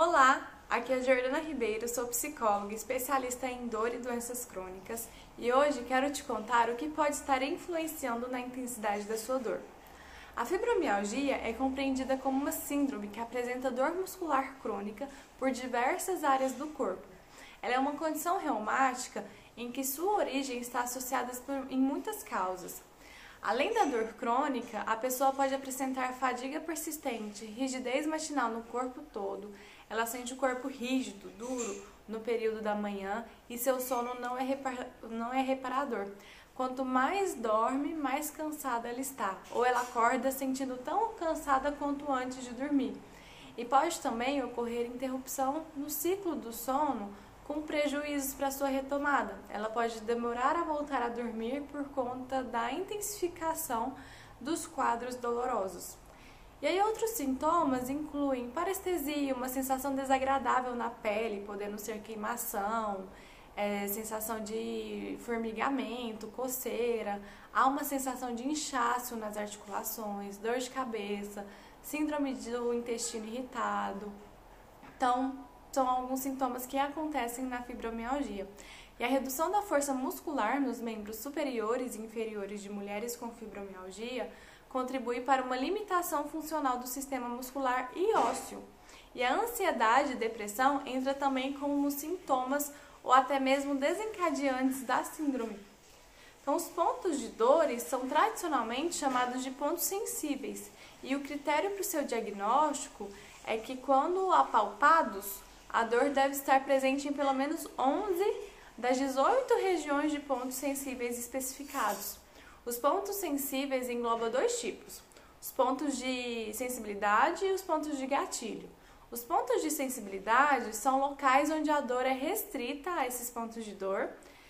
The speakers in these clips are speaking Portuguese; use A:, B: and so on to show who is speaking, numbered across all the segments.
A: Olá, aqui é a Jordana Ribeiro, sou psicóloga, especialista em dor e doenças crônicas e hoje quero te contar o que pode estar influenciando na intensidade da sua dor. A fibromialgia é compreendida como uma síndrome que apresenta dor muscular crônica por diversas áreas do corpo. Ela é uma condição reumática em que sua origem está associada em muitas causas. Além da dor crônica, a pessoa pode apresentar fadiga persistente, rigidez matinal no corpo todo, ela sente o corpo rígido, duro no período da manhã e seu sono não é reparador. Quanto mais dorme, mais cansada ela está, ou ela acorda sentindo tão cansada quanto antes de dormir. E pode também ocorrer interrupção no ciclo do sono, com prejuízos para sua retomada. Ela pode demorar a voltar a dormir por conta da intensificação dos quadros dolorosos. E aí outros sintomas incluem parestesia, uma sensação desagradável na pele, podendo ser queimação, sensação de formigamento, coceira, há uma sensação de inchaço nas articulações, dor de cabeça, síndrome do intestino irritado. Então, são alguns sintomas que acontecem na fibromialgia. E a redução da força muscular nos membros superiores e inferiores de mulheres com fibromialgia contribui para uma limitação funcional do sistema muscular e ósseo. E a ansiedade e depressão entra também como sintomas ou até mesmo desencadeantes da síndrome. Então, os pontos de dores são tradicionalmente chamados de pontos sensíveis. E o critério para o seu diagnóstico é que, quando apalpados, a dor deve estar presente em pelo menos 11 das 18 regiões de pontos sensíveis especificados. Os pontos sensíveis englobam dois tipos: os pontos de sensibilidade e os pontos de gatilho. Os pontos de sensibilidade são locais onde a dor é restrita a esses pontos de dor.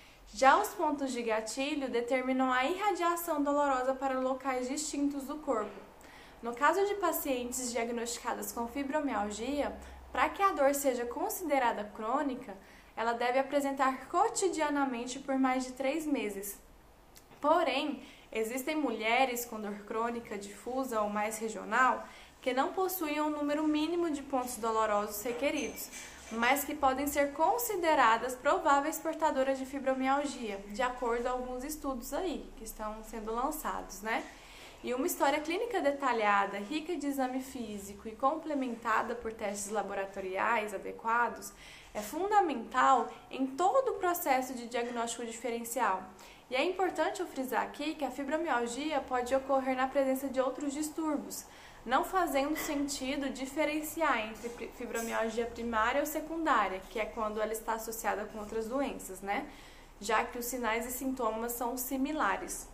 A: Já os pontos de gatilho determinam a irradiação dolorosa para locais distintos do corpo. No caso de pacientes diagnosticadas com fibromialgia, para que a dor seja considerada crônica, ela deve apresentar cotidianamente por mais de 3 meses. Porém, existem mulheres com dor crônica difusa ou mais regional que não possuem um número mínimo de pontos dolorosos requeridos, mas que podem ser consideradas prováveis portadoras de fibromialgia, de acordo com alguns estudos aí que estão sendo lançados, né? E uma história clínica detalhada, rica de exame físico e complementada por testes laboratoriais adequados é fundamental em todo o processo de diagnóstico diferencial. E é importante eu frisar aqui que a fibromialgia pode ocorrer na presença de outros distúrbios, não fazendo sentido diferenciar entre fibromialgia primária ou secundária, que é quando ela está associada com outras doenças, né? Já que os sinais e sintomas são similares.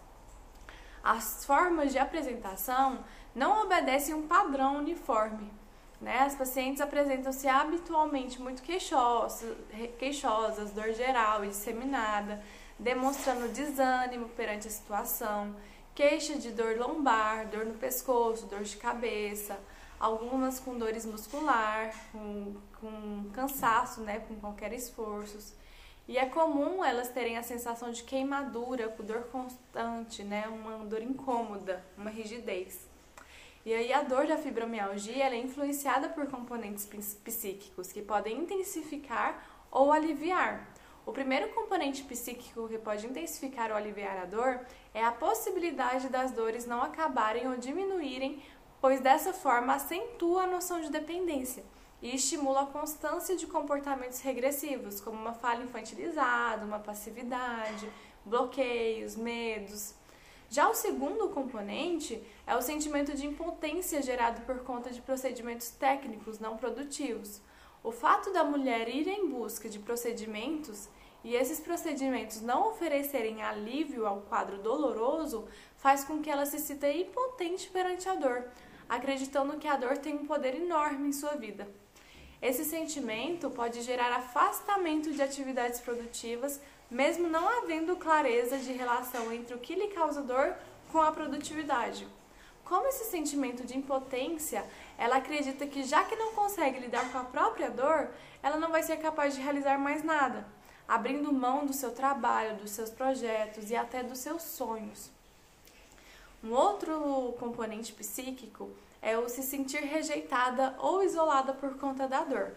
A: As formas de apresentação não obedecem um padrão uniforme, né? As pacientes apresentam-se habitualmente muito queixosas, dor geral e disseminada, demonstrando desânimo perante a situação, queixa de dor lombar, dor no pescoço, dor de cabeça, algumas com dores muscular, com cansaço, né? Com qualquer esforço. E é comum elas terem a sensação de queimadura, com dor constante, né? Uma dor incômoda, uma rigidez. E aí a dor da fibromialgia ela é influenciada por componentes psíquicos que podem intensificar ou aliviar. O primeiro componente psíquico que pode intensificar ou aliviar a dor é a possibilidade das dores não acabarem ou diminuírem, pois dessa forma acentua a noção de dependência e estimula a constância de comportamentos regressivos, como uma fala infantilizada, uma passividade, bloqueios, medos. Já o segundo componente é o sentimento de impotência gerado por conta de procedimentos técnicos não produtivos. O fato da mulher ir em busca de procedimentos e esses procedimentos não oferecerem alívio ao quadro doloroso faz com que ela se sinta impotente perante a dor, acreditando que a dor tem um poder enorme em sua vida. Esse sentimento pode gerar afastamento de atividades produtivas, mesmo não havendo clareza de relação entre o que lhe causa dor com a produtividade. Como esse sentimento de impotência, ela acredita que já que não consegue lidar com a própria dor, ela não vai ser capaz de realizar mais nada, abrindo mão do seu trabalho, dos seus projetos e até dos seus sonhos. Um outro componente psíquico é o se sentir rejeitada ou isolada por conta da dor.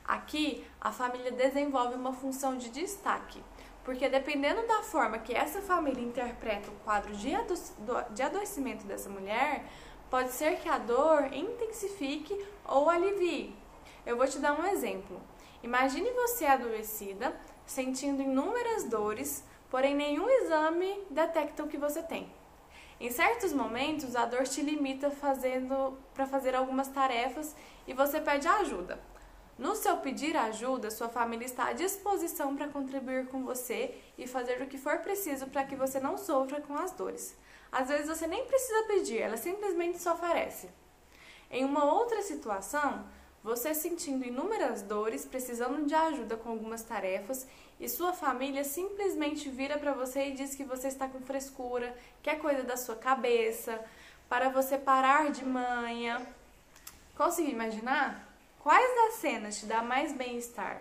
A: Aqui, a família desenvolve uma função de destaque, porque dependendo da forma que essa família interpreta o quadro de adoecimento dessa mulher, pode ser que a dor intensifique ou alivie. Eu vou te dar um exemplo. Imagine você adoecida, sentindo inúmeras dores, porém nenhum exame detecta o que você tem. Em certos momentos, a dor te limita para fazer algumas tarefas e você pede ajuda. No seu pedir ajuda, sua família está à disposição para contribuir com você e fazer o que for preciso para que você não sofra com as dores. Às vezes você nem precisa pedir, ela simplesmente se oferece. Em uma outra situação, você sentindo inúmeras dores, precisando de ajuda com algumas tarefas e sua família simplesmente vira para você e diz que você está com frescura, que é coisa da sua cabeça, para você parar de manha. Conseguiu imaginar? Quais das cenas te dá mais bem-estar?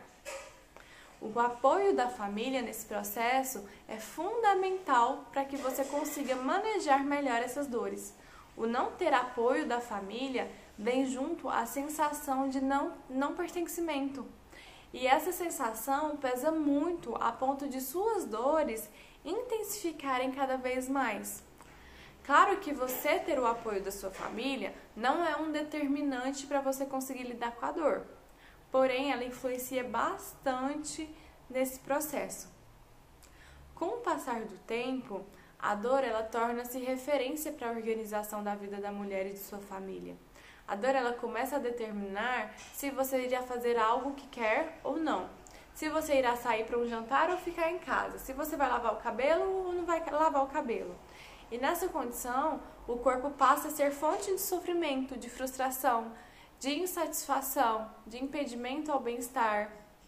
A: O apoio da família nesse processo é fundamental para que você consiga manejar melhor essas dores. O não ter apoio da família vem junto à sensação de não pertencimento. E essa sensação pesa muito a ponto de suas dores intensificarem cada vez mais. Claro que você ter o apoio da sua família não é um determinante para você conseguir lidar com a dor. Porém, ela influencia bastante nesse processo. Com o passar do tempo, a dor ela torna-se referência para a organização da vida da mulher e de sua família. A dor ela começa a determinar se você irá fazer algo que quer ou não. Se você irá sair para um jantar ou ficar em casa. Se você vai lavar o cabelo ou não vai lavar o cabelo. E nessa condição, o corpo passa a ser fonte de sofrimento, de frustração, de insatisfação, de impedimento ao bem-estar.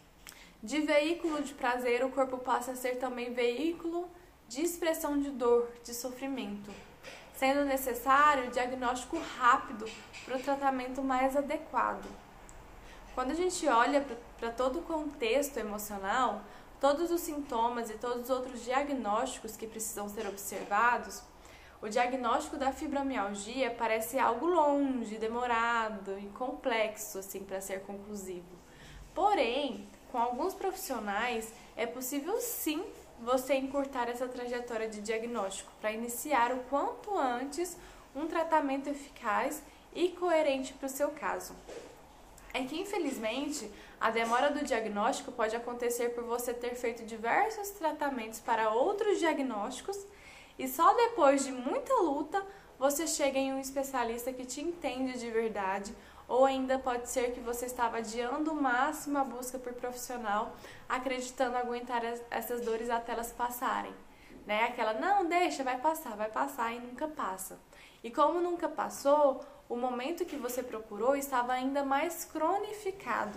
A: De veículo de prazer, o corpo passa a ser também veículo de expressão de dor, de sofrimento, sendo necessário diagnóstico rápido para o tratamento mais adequado. Quando a gente olha para todo o contexto emocional, todos os sintomas e todos os outros diagnósticos que precisam ser observados, o diagnóstico da fibromialgia parece algo longe, demorado e complexo assim, para ser conclusivo. Porém, com alguns profissionais, é possível sim você encurtar essa trajetória de diagnóstico para iniciar o quanto antes um tratamento eficaz e coerente para o seu caso. É que, infelizmente, a demora do diagnóstico pode acontecer por você ter feito diversos tratamentos para outros diagnósticos e só depois de muita luta você chega em um especialista que te entende de verdade, ou ainda pode ser que você estava adiando ao máximo a busca por profissional, acreditando aguentar essas dores até elas passarem. Né? Aquela, não, deixa, vai passar e nunca passa. E como nunca passou, o momento que você procurou estava ainda mais cronificado.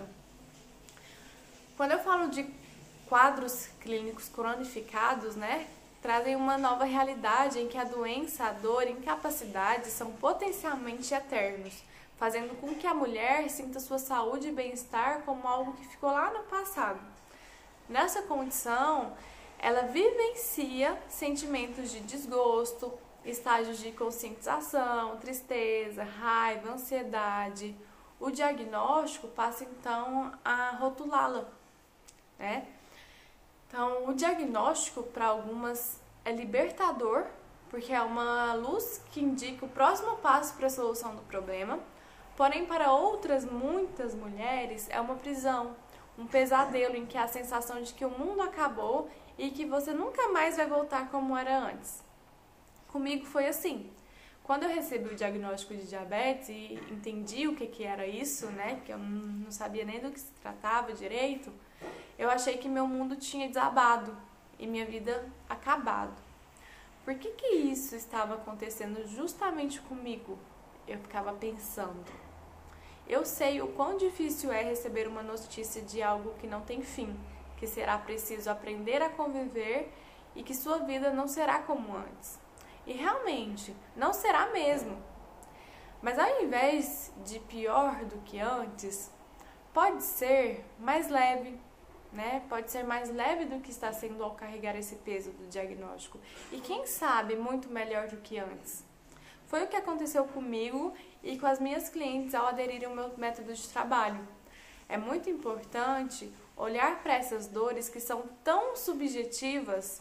A: Quando eu falo de quadros clínicos cronificados, né, trazem uma nova realidade em que a doença, a dor e a incapacidade são potencialmente eternos, fazendo com que a mulher sinta sua saúde e bem-estar como algo que ficou lá no passado. Nessa condição, ela vivencia sentimentos de desgosto, estágios de conscientização, tristeza, raiva, ansiedade. O diagnóstico passa então a rotulá-la, né? Então, o diagnóstico para algumas é libertador, porque é uma luz que indica o próximo passo para a solução do problema. Porém, para outras, muitas mulheres, é uma prisão, um pesadelo em que há a sensação de que o mundo acabou e que você nunca mais vai voltar como era antes. Comigo foi assim. Quando eu recebi o diagnóstico de diabetes e entendi o que era isso, né, que eu não sabia nem do que se tratava direito, eu achei que meu mundo tinha desabado e minha vida acabado. Por que isso estava acontecendo justamente comigo? Eu ficava pensando. Eu sei o quão difícil é receber uma notícia de algo que não tem fim, que será preciso aprender a conviver e que sua vida não será como antes. E realmente, não será mesmo. Mas ao invés de pior do que antes, pode ser mais leve, né? Pode ser mais leve do que está sendo ao carregar esse peso do diagnóstico. E quem sabe, muito melhor do que antes. Foi o que aconteceu comigo e com as minhas clientes ao aderirem ao meu método de trabalho. É muito importante olhar para essas dores que são tão subjetivas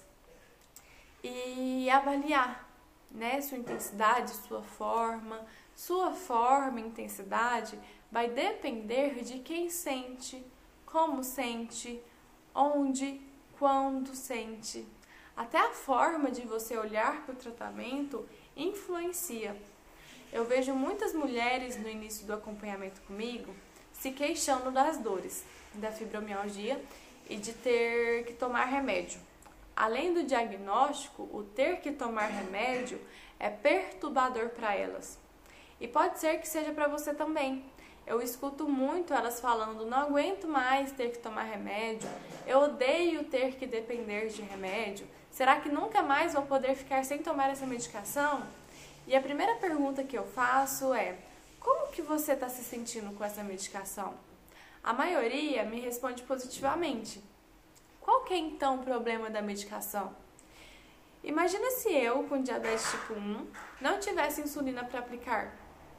A: e avaliar, né, sua intensidade, sua forma. Sua forma e intensidade vai depender de quem sente, como sente, onde, quando sente. Até a forma de você olhar para o tratamento influencia. Eu vejo muitas mulheres no início do acompanhamento comigo se queixando das dores, da fibromialgia e de ter que tomar remédio. Além do diagnóstico, o ter que tomar remédio é perturbador para elas. E pode ser que seja para você também. Eu escuto muito elas falando: não aguento mais ter que tomar remédio, eu odeio ter que depender de remédio, será que nunca mais vou poder ficar sem tomar essa medicação? E a primeira pergunta que eu faço é: como que você está se sentindo com essa medicação? A maioria me responde positivamente. Qual que é então o problema da medicação? Imagina se eu, com diabetes tipo 1, não tivesse insulina para aplicar.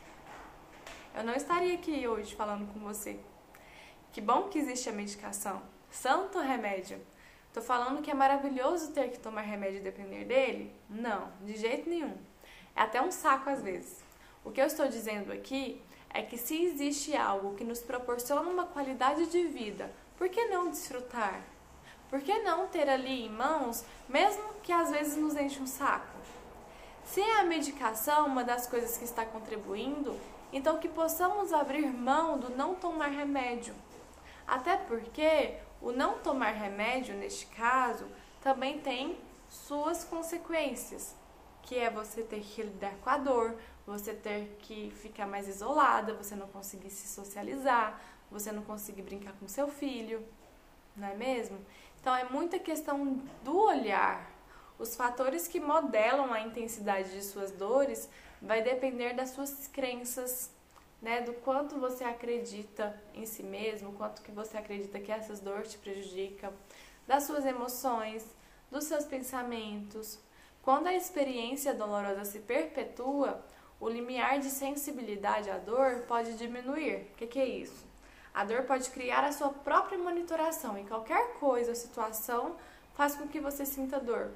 A: Eu não estaria aqui hoje falando com você. Que bom que existe a medicação. Santo remédio. Tô falando que é maravilhoso ter que tomar remédio e depender dele? Não, de jeito nenhum. É até um saco às vezes. O que eu estou dizendo aqui é que se existe algo que nos proporciona uma qualidade de vida, por que não desfrutar? Por que não ter ali em mãos, mesmo que às vezes nos enche um saco? Se é a medicação uma das coisas que está contribuindo, então que possamos abrir mão do não tomar remédio. Até porque o não tomar remédio, neste caso, também tem suas consequências, que é você ter que lidar com a dor, você ter que ficar mais isolada, você não conseguir se socializar, você não conseguir brincar com seu filho, não é mesmo? Então é muita questão do olhar. Os fatores que modelam a intensidade de suas dores vai depender das suas crenças, né? Do quanto você acredita em si mesmo, quanto que você acredita que essas dores te prejudicam, das suas emoções, dos seus pensamentos. Quando a experiência dolorosa se perpetua, o limiar de sensibilidade à dor pode diminuir. O que é isso? A dor pode criar a sua própria monitoração e qualquer coisa ou situação faz com que você sinta dor.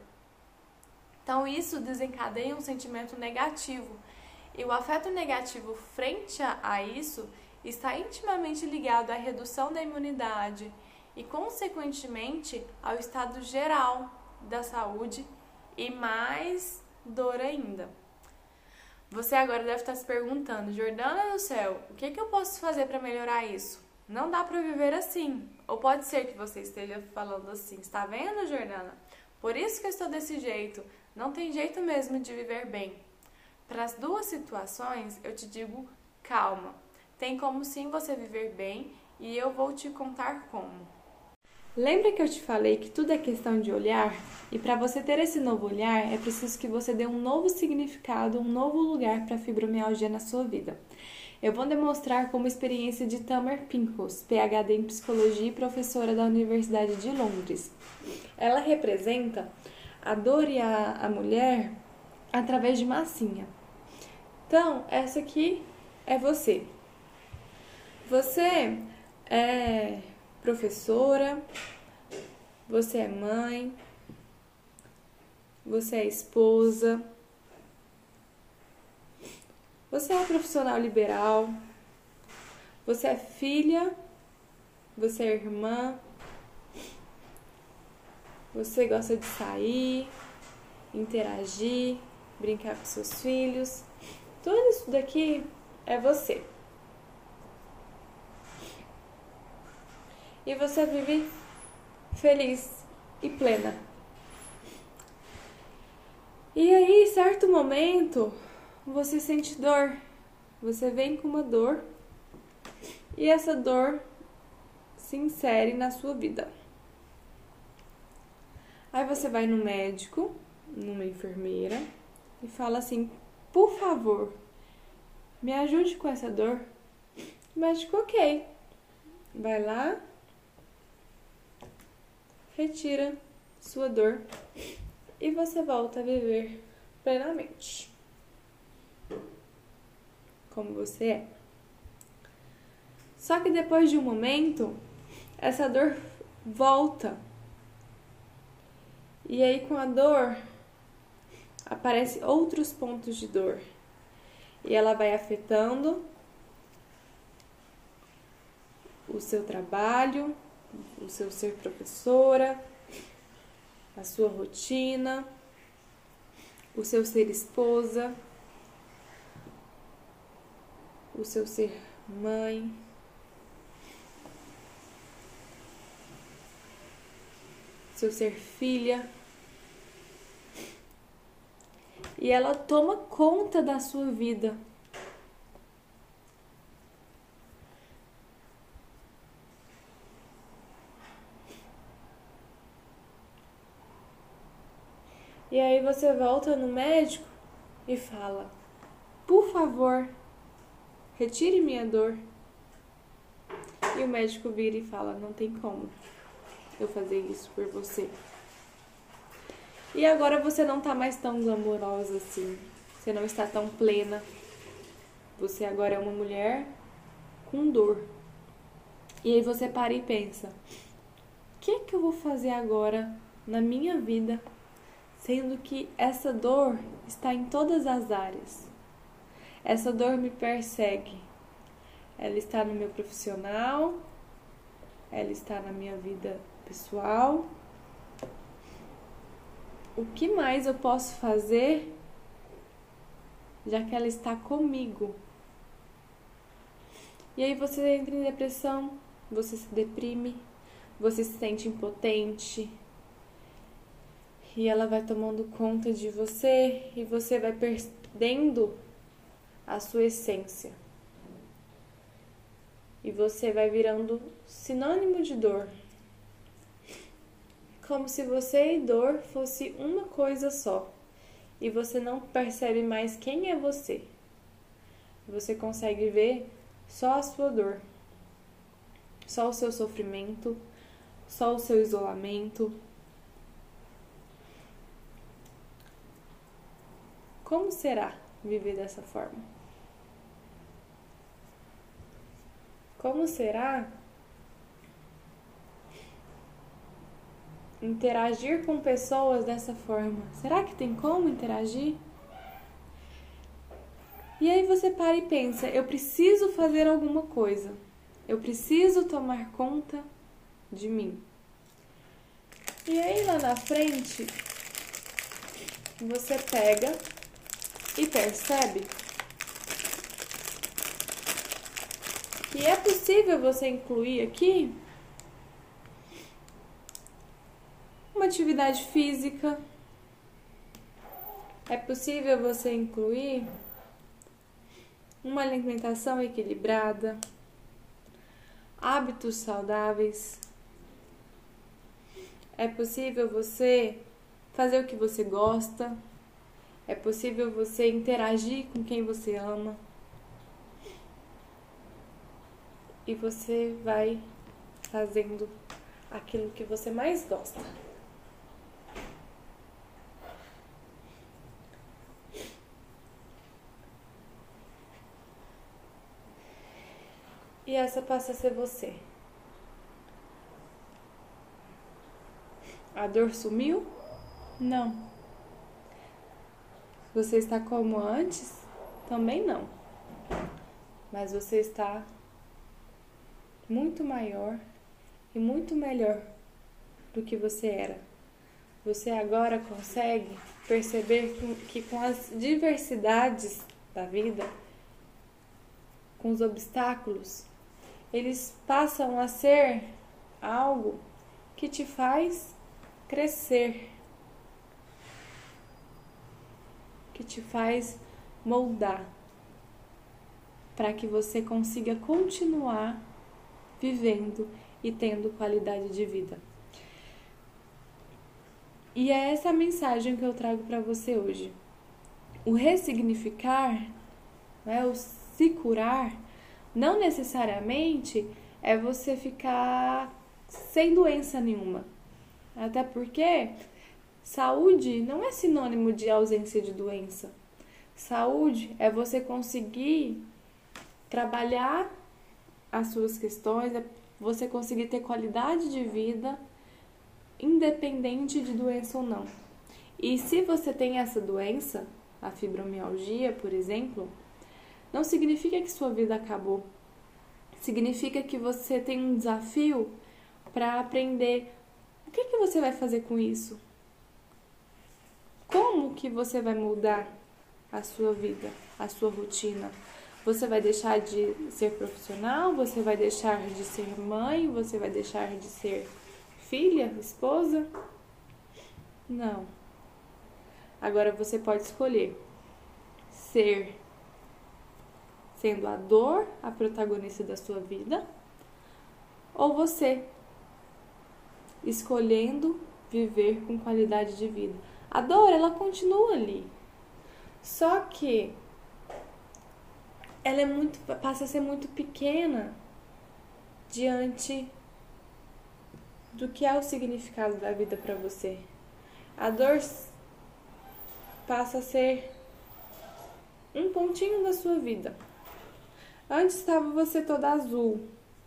A: Então isso desencadeia um sentimento negativo. E o afeto negativo frente a isso está intimamente ligado à redução da imunidade e, consequentemente, ao estado geral da saúde e mais dor ainda. Você agora deve estar se perguntando: Jordana do céu, o que eu posso fazer para melhorar isso? Não dá para viver assim. Ou pode ser que você esteja falando assim: está vendo, Jordana? Por isso que eu estou desse jeito. Não tem jeito mesmo de viver bem. Para as duas situações, eu te digo: calma. Tem como sim você viver bem e eu vou te contar como. Lembra que eu te falei que tudo é questão de olhar? E para você ter esse novo olhar, é preciso que você dê um novo significado, um novo lugar para a fibromialgia na sua vida. Eu vou demonstrar como experiência de Tamar Pinkos, PhD em Psicologia e professora da Universidade de Londres. Ela representa a dor e a mulher através de massinha. Então, essa aqui é você. Você é professora, você é mãe, você é esposa, você é profissional liberal, você é filha, você é irmã, você gosta de sair, interagir, brincar com seus filhos. Tudo isso daqui é você. E você vive feliz e plena. E aí, em certo momento, você sente dor. Você vem com uma dor e essa dor se insere na sua vida. Aí você vai no médico, numa enfermeira e fala assim: por favor, me ajude com essa dor. O médico: ok. Vai lá, retira sua dor e você volta a viver plenamente como você é. Só que depois de um momento, essa dor volta. E aí com a dor, aparecem outros pontos de dor. E ela vai afetando o seu trabalho, o seu ser professora, a sua rotina, o seu ser esposa, o seu ser mãe, seu ser filha. E ela toma conta da sua vida. E aí você volta no médico e fala: por favor, retire minha dor. E o médico vira e fala: não tem como eu fazer isso por você. E agora você não tá mais tão glamourosa assim. Você não está tão plena. Você agora é uma mulher com dor. E aí você para e pensa: o que é que eu vou fazer agora na minha vida, sendo que essa dor está em todas as áreas? Essa dor me persegue. Ela está no meu profissional, ela está na minha vida pessoal. O que mais eu posso fazer, já que ela está comigo? E aí você entra em depressão, você se deprime, você se sente impotente. E ela vai tomando conta de você e você vai perdendo a sua essência. E você vai virando sinônimo de dor. Como se você e dor fosse uma coisa só. E você não percebe mais quem é você. Você consegue ver só a sua dor. Só o seu sofrimento. Só o seu isolamento. Como será viver dessa forma? Como será interagir com pessoas dessa forma? Será que tem como interagir? E aí você para e pensa: eu preciso fazer alguma coisa. Eu preciso tomar conta de mim. E aí lá na frente, você pega e percebe que é possível você incluir aqui uma atividade física. É possível você incluir uma alimentação equilibrada, hábitos saudáveis. É possível você fazer o que você gosta. É possível você interagir com quem você ama. E você vai fazendo aquilo que você mais gosta. E essa passa a ser você. A dor sumiu? Não. Você está como antes? Também não. Mas você está muito maior e muito melhor do que você era. Você agora consegue perceber que com as diversidades da vida, com os obstáculos, eles passam a ser algo que te faz crescer, que te faz moldar, para que você consiga continuar vivendo e tendo qualidade de vida. E é essa a mensagem que eu trago para você hoje. O ressignificar, né, o se curar, não necessariamente é você ficar sem doença nenhuma. Até porque saúde não é sinônimo de ausência de doença. Saúde é você conseguir trabalhar as suas questões, é você conseguir ter qualidade de vida independente de doença ou não. E se você tem essa doença, a fibromialgia, por exemplo, não significa que sua vida acabou. Significa que você tem um desafio para aprender o que você vai fazer com isso. Como que você vai mudar a sua vida, a sua rotina? Você vai deixar de ser profissional? Você vai deixar de ser mãe? Você vai deixar de ser filha, esposa? Não. Agora você pode escolher sendo a dor a protagonista da sua vida, ou você escolhendo viver com qualidade de vida. A dor, ela continua ali. Só que ela passa a ser muito pequena diante do que é o significado da vida para você. A dor passa a ser um pontinho da sua vida. Antes estava você toda azul.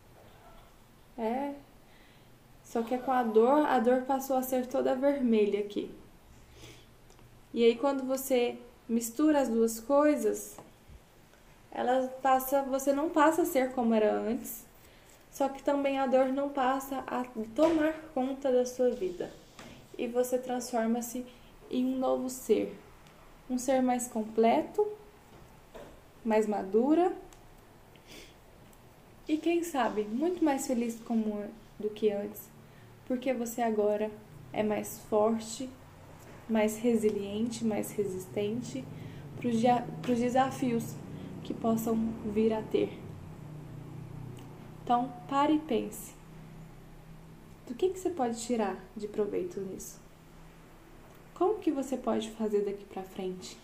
A: Só que com a dor passou a ser toda vermelha aqui. E aí quando você mistura as duas coisas, você não passa a ser como era antes, só que também a dor não passa a tomar conta da sua vida. E você transforma-se em um novo ser. Um ser mais completo, mais madura e, quem sabe, muito mais feliz do que antes, porque você agora é mais forte, mais resiliente, mais resistente para os desafios que possam vir a ter. Então, pare e pense. Do que você pode tirar de proveito nisso? Como que você pode fazer daqui para frente?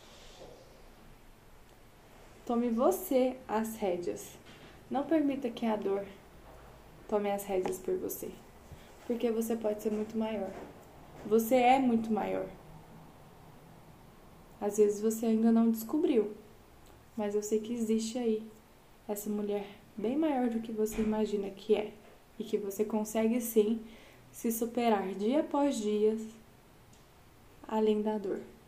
A: Tome você as rédeas. Não permita que a dor tome as rédeas por você. Porque você pode ser muito maior. Você é muito maior. Às vezes você ainda não descobriu. Mas eu sei que existe aí essa mulher bem maior do que você imagina que é. E que você consegue sim se superar dia após dia, além da dor.